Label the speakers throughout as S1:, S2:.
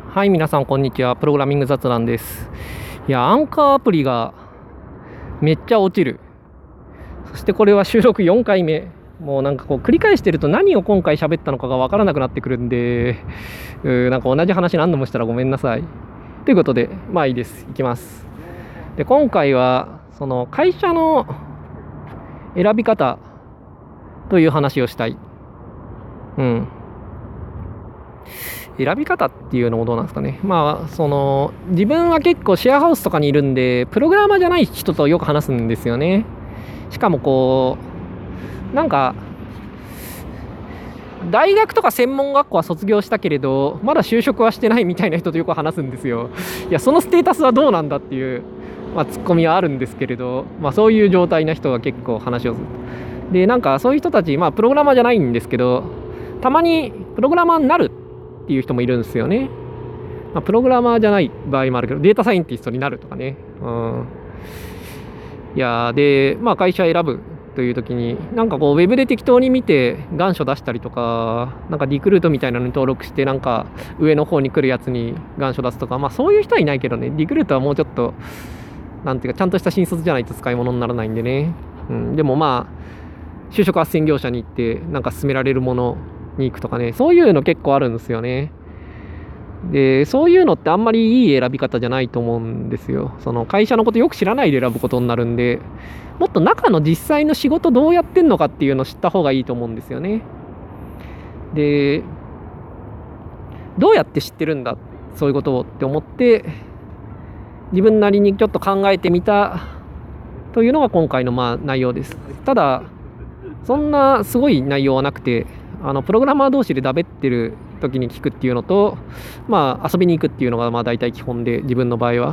S1: はい、皆さんこんにちは。プログラミング雑談です。いや、アンカーアプリがめっちゃ落ちる。そしてこれは収録4回目。もうなんかこう繰り返してると何を今回喋ったのかが分からなくなってくるんで、なんか同じ話何度もしたらごめんなさい。ということで、まあいいです。いきます。で、今回はその会社の選び方という話をしたい。選び方っていうのもどうなんですかね。まあその自分は結構シェアハウスとかにいるんでプログラマーじゃない人とよく話すんですよね。しかもこうなんか大学とか専門学校は卒業したけれどまだ就職はしてないみたいな人とよく話すんですよ。いやそのステータスはどうなんだっていう、ツッコミはあるんですけれど、そういう状態な人が結構話をする。でなんかそういう人たちプログラマーじゃないんですけどたまにプログラマーになるっていう人もいるんですよね。プログラマーじゃない場合もあるけどデータサイエンティストになるとかね。いやで会社選ぶという時になんかこうウェブで適当に見て願書出したりとかなんかリクルートみたいなのに登録してなんか上の方に来るやつに願書出すとかそういう人はいないけどね。リクルートはもうちょっとなんていうかちゃんとした新卒じゃないと使い物にならないんでね。でも就職斡旋業者に行ってなんか勧められるものに行くとかね、そういうの結構あるんですよね。でそういうのってあんまりいい選び方じゃないと思うんですよ。その会社のことよく知らないで選ぶことになるんで、もっと中の実際の仕事どうやってんのかっていうのを知った方がいいと思うんですよね。でどうやって知ってるんだそういうことをって思って自分なりにちょっと考えてみたというのが今回の内容です。ただそんなすごい内容はなくて、プログラマー同士でだべってる時に聞くっていうのと、遊びに行くっていうのが大体基本で、自分の場合は。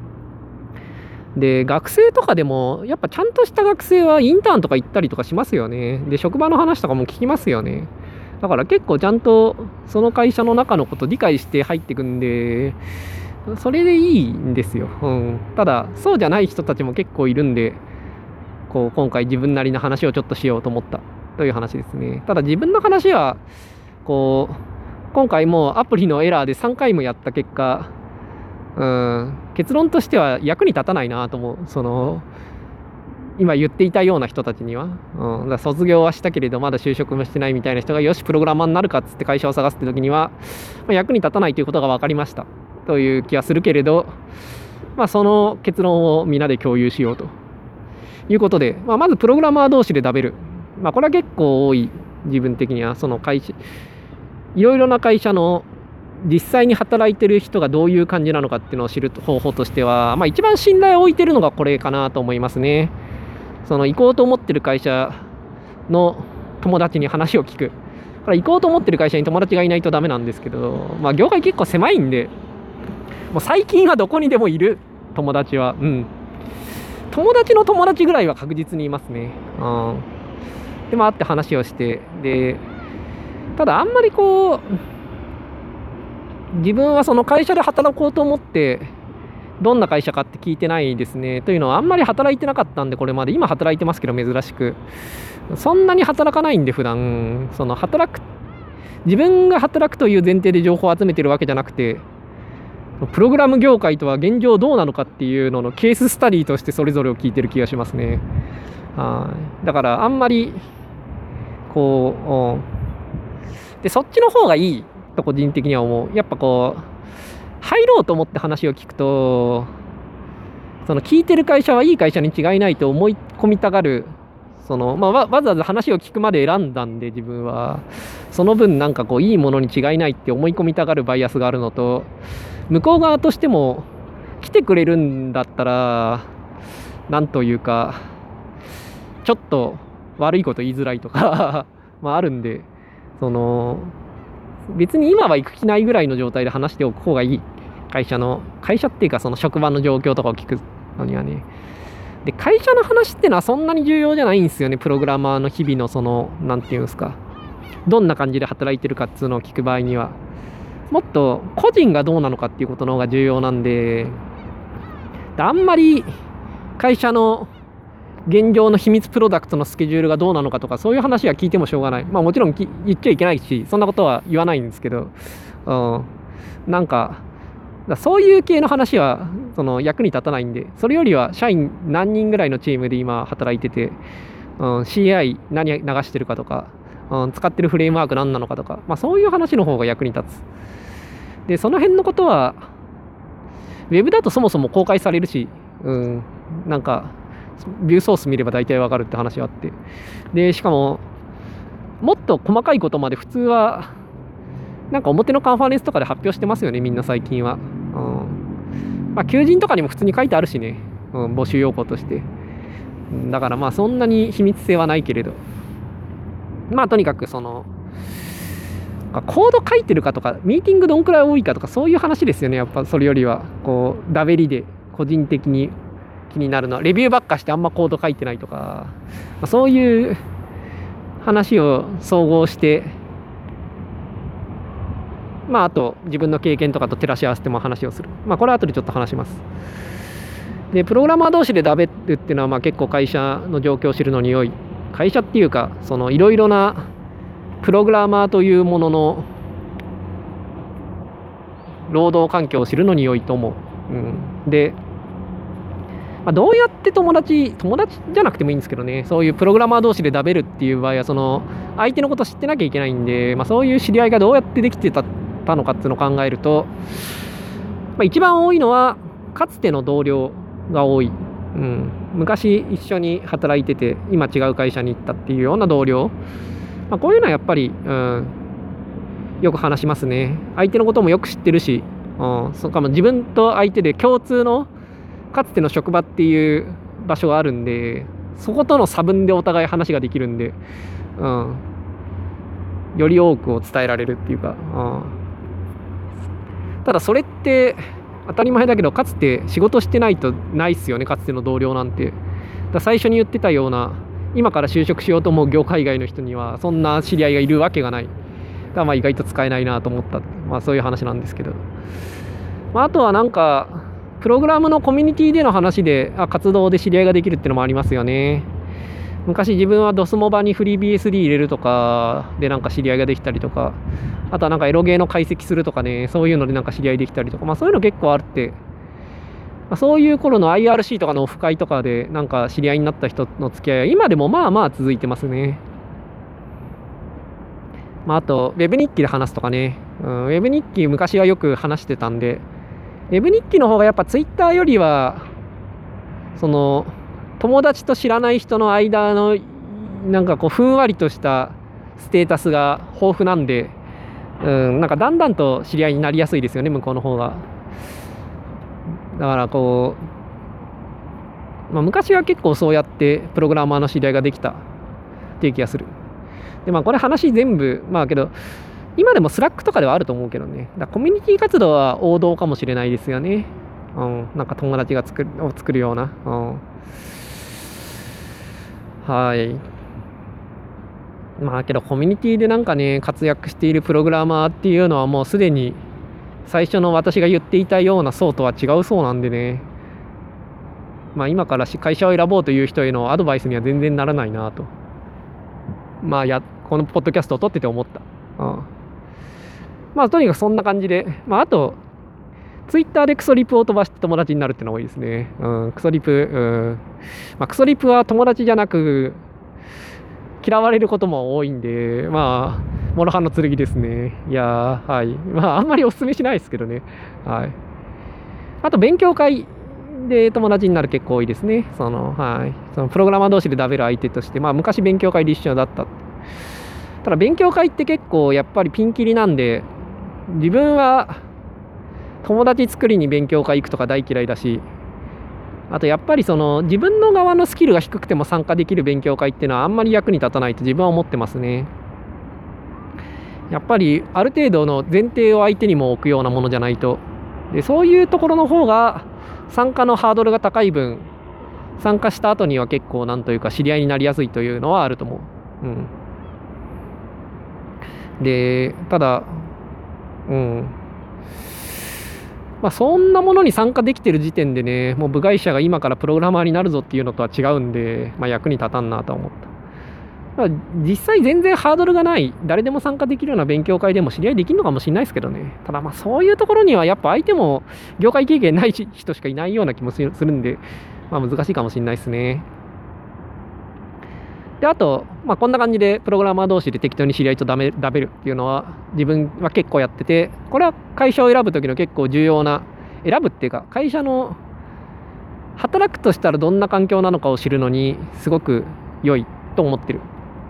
S1: で学生とかでもやっぱちゃんとした学生はインターンとか行ったりとかしますよね。で職場の話とかも聞きますよね。だから結構ちゃんとその会社の中のこと理解して入ってくんでそれでいいんですよ。ただそうじゃない人たちも結構いるんで、今回自分なりの話をちょっとしようと思ったという話ですね。ただ自分の話は今回もアプリのエラーで3回もやった結果、結論としては役に立たないなと思う。その今言っていたような人たちには、だから卒業はしたけれどまだ就職もしてないみたいな人がよしプログラマーになるかっつって会社を探すって時には、役に立たないということが分かりましたという気はするけれど、その結論をみんなで共有しようということで、まずプログラマー同士でダベる、これは結構多い。自分的にはその会社いろいろな会社の実際に働いてる人がどういう感じなのかっていうのを知る方法としては、一番信頼を置いてるのがこれかなと思いますね。その行こうと思ってる会社の友達に話を聞く。これ行こうと思ってる会社に友達がいないとダメなんですけど、業界結構狭いんで、もう最近はどこにでもいる友達は、友達の友達ぐらいは確実にいますね。で会って話をして、でただあんまり自分はその会社で働こうと思ってどんな会社かって聞いてないですね。というのはあんまり働いてなかったんで、これまで今働いてますけど珍しくそんなに働かないんで、普段その自分が働くという前提で情報を集めてるわけじゃなくて、プログラム業界とは現状どうなのかっていうののケーススタディとしてそれぞれを聞いてる気がしますね。だからあんまりでそっちの方がいいと個人的には思う。やっぱ入ろうと思って話を聞くと、その聞いてる会社はいい会社に違いないと思い込みたがる。わざわざ話を聞くまで選んだんで、自分はその分なんかいいものに違いないって思い込みたがるバイアスがあるのと、向こう側としても来てくれるんだったらなんというかちょっと悪いこと言いづらいとかあるんで、別に今は行く気ないぐらいの状態で話しておく方がいい。会社っていうかその職場の状況とかを聞くのにはね。で会社の話ってのはそんなに重要じゃないんですよね。プログラマーの日々のなんていうんですか、どんな感じで働いてるかっていうのを聞く場合にはもっと個人がどうなのかっていうことの方が重要なんで、あんまり会社の現状の秘密プロダクトのスケジュールがどうなのかとかそういう話は聞いてもしょうがない。もちろん言っちゃいけないしそんなことは言わないんですけど、 なんかそういう系の話はその役に立たないんで、それよりは社員何人ぐらいのチームで今働いてて、CI 何流してるかとか、使ってるフレームワーク何なのかとか、そういう話の方が役に立つ。でその辺のことはウェブだとそもそも公開されるし、なんかビューソース見れば大体わかるって話があって、でしかももっと細かいことまで普通はなんか表のカンファレンスとかで発表してますよね、みんな最近は。求人とかにも普通に書いてあるしね、募集要項として。だからそんなに秘密性はないけれど、とにかくそのコード書いてるかとか、ミーティングどんくらい多いかとか、そういう話ですよね。やっぱそれよりはこうダベリで個人的に気になるのはレビューばっかしてあんまコード書いてないとか、そういう話を総合して、あと自分の経験とかと照らし合わせても話をする。これは後でちょっと話します。でプログラマー同士でダベるっていうのは結構会社の状況を知るのに良い。会社っていうかそのいろいろなプログラマーというものの労働環境を知るのに良いと思う。で、どうやって友達じゃなくてもいいんですけどね、そういうプログラマー同士でダベるっていう場合はその相手のことを知ってなきゃいけないんで、そういう知り合いがどうやってできてたのかっていうのを考えると、一番多いのはかつての同僚が多い。昔一緒に働いてて今違う会社に行ったっていうような同僚、こういうのはやっぱり、よく話しますね。相手のこともよく知ってるし、そうかも自分と相手で共通のかつての職場っていう場所があるんで、そことの差分でお互い話ができるんで、より多くを伝えられるっていうか、ただそれって当たり前だけど、かつて仕事してないとないっすよね、かつての同僚なんて。最初に言ってたような今から就職しようと思う業界外の人にはそんな知り合いがいるわけがない。だから意外と使えないなと思った、そういう話なんですけど、あとはなんかプログラムのコミュニティでの話で活動で知り合いができるっていうのもありますよね。昔自分はドスモバにフリー BSD 入れるとかでなんか知り合いができたりとか、あとはなんかエロゲーの解析するとかね、そういうのでなんか知り合いできたりとか、そういうの結構あるって、そういう頃の IRC とかのオフ会とかでなんか知り合いになった人の付き合いは今でも続いてますね。あとウェブ日記で話すとかね、ウェブ日記昔はよく話してたんで、ウェブ日記の方がやっぱツイッターよりはその友達と知らない人の間のなんかこうふんわりとしたステータスが豊富なんで、なんかだんだんと知り合いになりやすいですよね、向こうの方が。だからこう、昔は結構そうやってプログラマーの知り合いができたっていう気がする。でこれ話全部けど今でもスラックとかではあると思うけどね。だコミュニティ活動は王道かもしれないですよね。なんか友達が作るような。はい。けどコミュニティでなんかね活躍しているプログラマーっていうのはもうすでに最初の私が言っていたような層とは違う層なんでね、今から会社を選ぼうという人へのアドバイスには全然ならないなと、このポッドキャストを撮ってて思った。とにかくそんな感じで、あとツイッターでクソリプを飛ばして友達になるってのが多いですね。クソリプ、クソリプは友達じゃなく嫌われることも多いんで、モロハンの剣ですね。いやはい。あんまりお勧めしないですけどね。はい。あと勉強会で友達になる結構多いですね。そのプログラマー同士でダベる相手として、昔勉強会で一緒だった。ただ勉強会って結構やっぱりピンキリなんで、自分は友達作りに勉強会行くとか大嫌いだし、あとやっぱりその自分の側のスキルが低くても参加できる勉強会っていうのはあんまり役に立たないと自分は思ってますね。やっぱりある程度の前提を相手にも置くようなものじゃないと、でそういうところの方が参加のハードルが高い分、参加した後には結構なんというか知り合いになりやすいというのはあると思う。でただそんなものに参加できてる時点でね、もう部外者が今からプログラマーになるぞっていうのとは違うんで、役に立たんなと思った。 実際全然ハードルがない、誰でも参加できるような勉強会でも知り合いできるのかもしれないですけどね。ただそういうところにはやっぱ相手も業界経験ない人しかいないような気もするんで、難しいかもしれないですね。で、あと、こんな感じでプログラマー同士で適当に知り合いとダベるっていうのは自分は結構やってて、これは会社を選ぶ時の結構重要な、選ぶっていうか会社の働くとしたらどんな環境なのかを知るのにすごく良いと思ってる。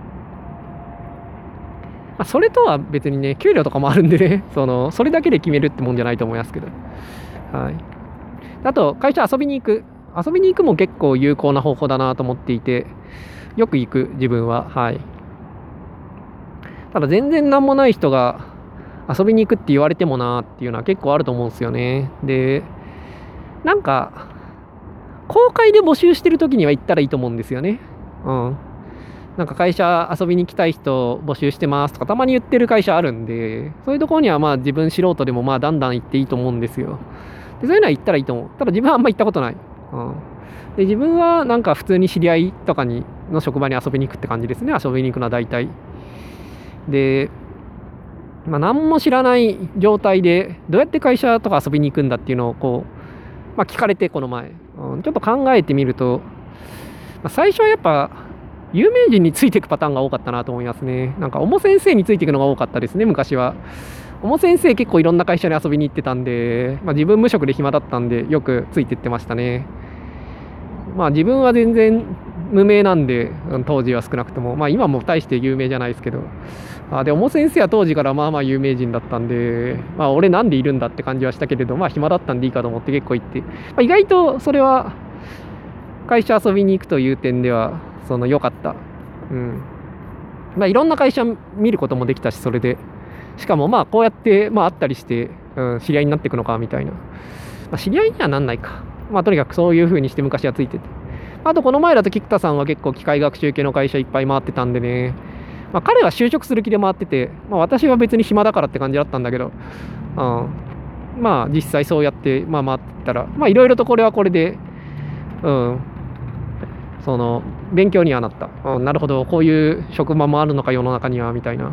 S1: それとは別にね、給料とかもあるんでね、それだけで決めるってもんじゃないと思いますけど。はい。あと、会社遊びに行く。遊びに行くも結構有効な方法だなと思っていて、よく行く、自分は。はい。ただ、全然なんもない人が遊びに行くって言われてもなっていうのは結構あると思うんですよね。で、なんか、公開で募集してる時には行ったらいいと思うんですよね。うん。なんか会社遊びに来たい人募集してますとかたまに言ってる会社あるんで、そういうところには自分素人でもだんだん行っていいと思うんですよ。でそういうのは行ったらいいと思う。ただ自分はあんま行ったことない。で自分はなんか普通に知り合いとかの職場に遊びに行くって感じですね。遊びに行くのは大体。で、何も知らない状態でどうやって会社とか遊びに行くんだっていうのを聞かれてこの前、ちょっと考えてみると、最初はやっぱ有名人についていくパターンが多かったなと思いますね。なんか、オモ先生についていくのが多かったですね、昔は。オモ先生結構いろんな会社に遊びに行ってたんで、自分無職で暇だったんで、よくついていってましたね。自分は全然無名なんで、当時は少なくとも。今も大して有名じゃないですけど。で、オモ先生は当時から有名人だったんで、俺なんでいるんだって感じはしたけれど、暇だったんでいいかと思って結構行って。意外とそれは、会社遊びに行くという点では、良かった。いろんな会社見ることもできたし、それで。しかもこうやって会ったりして、知り合いになっていくのかみたいな。知り合いにはなんないか。とにかくそういう風にして昔はついてて。あとこの前だと菊田さんは結構機械学習系の会社いっぱい回ってたんでね。彼は就職する気で回ってて、私は別に暇だからって感じだったんだけど、実際そうやって回ってたら、いろいろとこれはこれで、勉強にはなった。なるほど、こういう職場もあるのか世の中にはみたいな。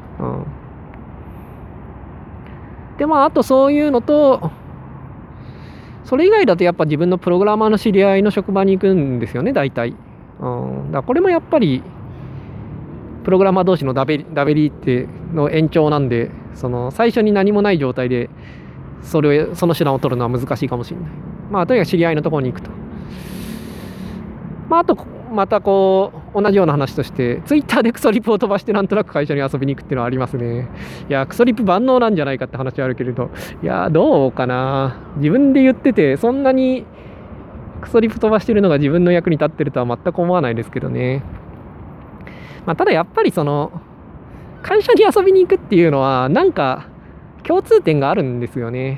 S1: であとそういうのと、それ以外だとやっぱ自分のプログラマーの知り合いの職場に行くんですよね、大体。だからこれもやっぱりプログラマー同士のダベリっての延長なんで、最初に何もない状態でその手段を取るのは難しいかもしれない。とにかく知り合いのところに行くと。あとまた同じような話として、ツイッターでクソリプを飛ばしてなんとなく会社に遊びに行くっていうのはありますね。いや、クソリプ万能なんじゃないかって話はあるけれど、いや、どうかな。自分で言ってて、そんなにクソリプ飛ばしてるのが自分の役に立ってるとは全く思わないですけどね。ただやっぱり会社に遊びに行くっていうのは、なんか共通点があるんですよね。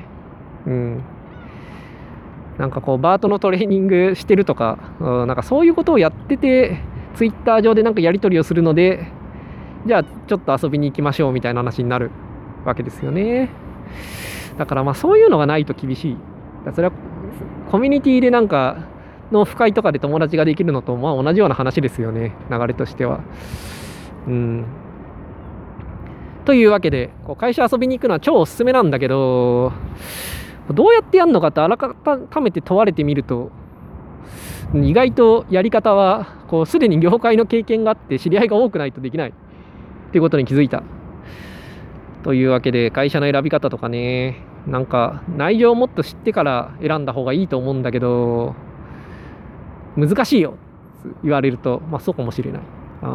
S1: なんかバートのトレーニングしてるとか、なんかそういうことをやってて、ツイッター上でなんかやり取りをするので、じゃあちょっと遊びに行きましょうみたいな話になるわけですよね。だからそういうのがないと厳しい。それはコミュニティでなんかのオフ会とかで友達ができるのと同じような話ですよね、流れとしては。というわけで、会社遊びに行くのは超おすすめなんだけど、どうやってやるのかって改めて問われてみると、意外とやり方はすでに業界の経験があって知り合いが多くないとできないっていうことに気づいた。というわけで、会社の選び方とかね、なんか内情をもっと知ってから選んだ方がいいと思うんだけど、難しいよって言われるとそうかもしれない。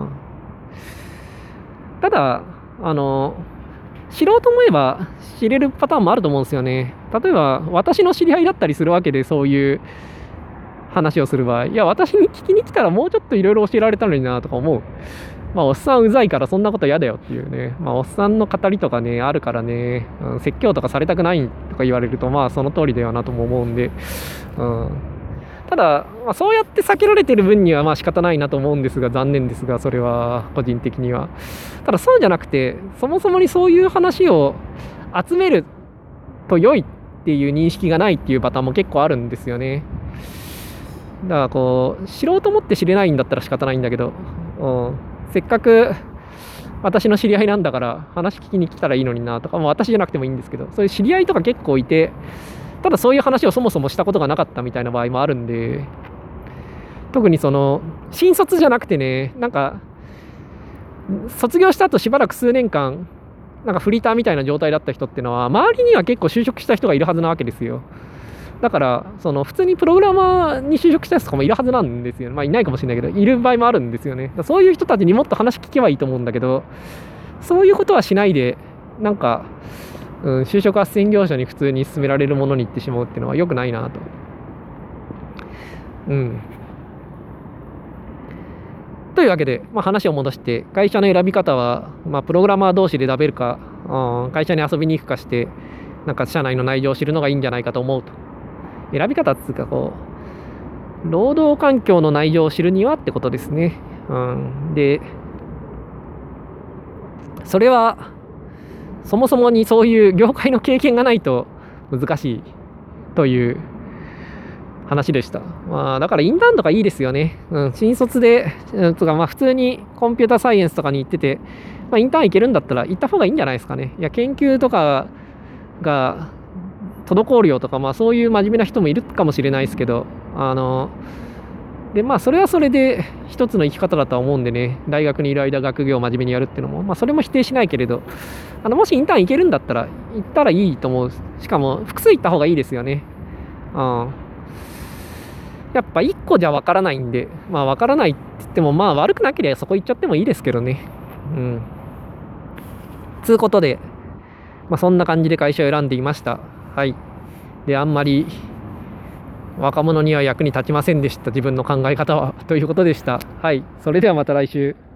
S1: ただ知ろうと思えば知れるパターンもあると思うんですよね。例えば私の知り合いだったりするわけで、そういう話をする場合、いや私に聞きに来たらもうちょっといろいろ教えられたのになとか思う。おっさんうざいからそんなこと嫌だよっていうね。おっさんの語りとかねあるからね、説教とかされたくないとか言われるとその通りだよなとも思うんで、ただ、そうやって避けられてる分には仕方ないなと思うんですが、残念ですが、それは個人的には。ただそうじゃなくて、そもそもにそういう話を集めると良いっていう認識がないっていうパターンも結構あるんですよね。だから知ろうと思って知れないんだったら仕方ないんだけど、 せっかく私の知り合いなんだから話聞きに来たらいいのになとか、私じゃなくてもいいんですけど、そういう知り合いとか結構いて、ただそういう話をそもそもしたことがなかったみたいな場合もあるんで、特にその新卒じゃなくてね、なんか卒業した後しばらく数年間なんかフリーターみたいな状態だった人っていうのは周りには結構就職した人がいるはずなわけですよ。だからその普通にプログラマーに就職した人とかもいるはずなんですよね。いないかもしれないけどいる場合もあるんですよね。そういう人たちにもっと話聞けばいいと思うんだけど、そういうことはしないでなんか、就職斡旋業者に普通に勧められるものに行ってしまうっていうのは良くないなと。というわけで、話を戻して、会社の選び方は、プログラマー同士で選べるか、会社に遊びに行くかして、なんか社内の内情を知るのがいいんじゃないかと思うと。選び方っていうか、労働環境の内情を知るにはってことですね。で、それは、そもそもにそういう業界の経験がないと難しいという話でした。だからインターンとかいいですよね。新卒で、普通にコンピューターサイエンスとかに行ってて、インターン行けるんだったら行った方がいいんじゃないですかね。いや、研究とかが滞るよとか、そういう真面目な人もいるかもしれないですけど、で、それはそれで一つの生き方だとは思うんでね、大学にいる間学業を真面目にやるっていうのも、それも否定しないけれど、もしインターン行けるんだったら行ったらいいと思う。しかも複数行った方がいいですよね。やっぱ1個じゃ分からないんで、分からないって言っても、悪くなければそこ行っちゃってもいいですけどね。つうことで、そんな感じで会社を選んでいました。はい。で、あんまり若者には役に立ちませんでした。自分の考え方は。ということでした。はい。それではまた来週。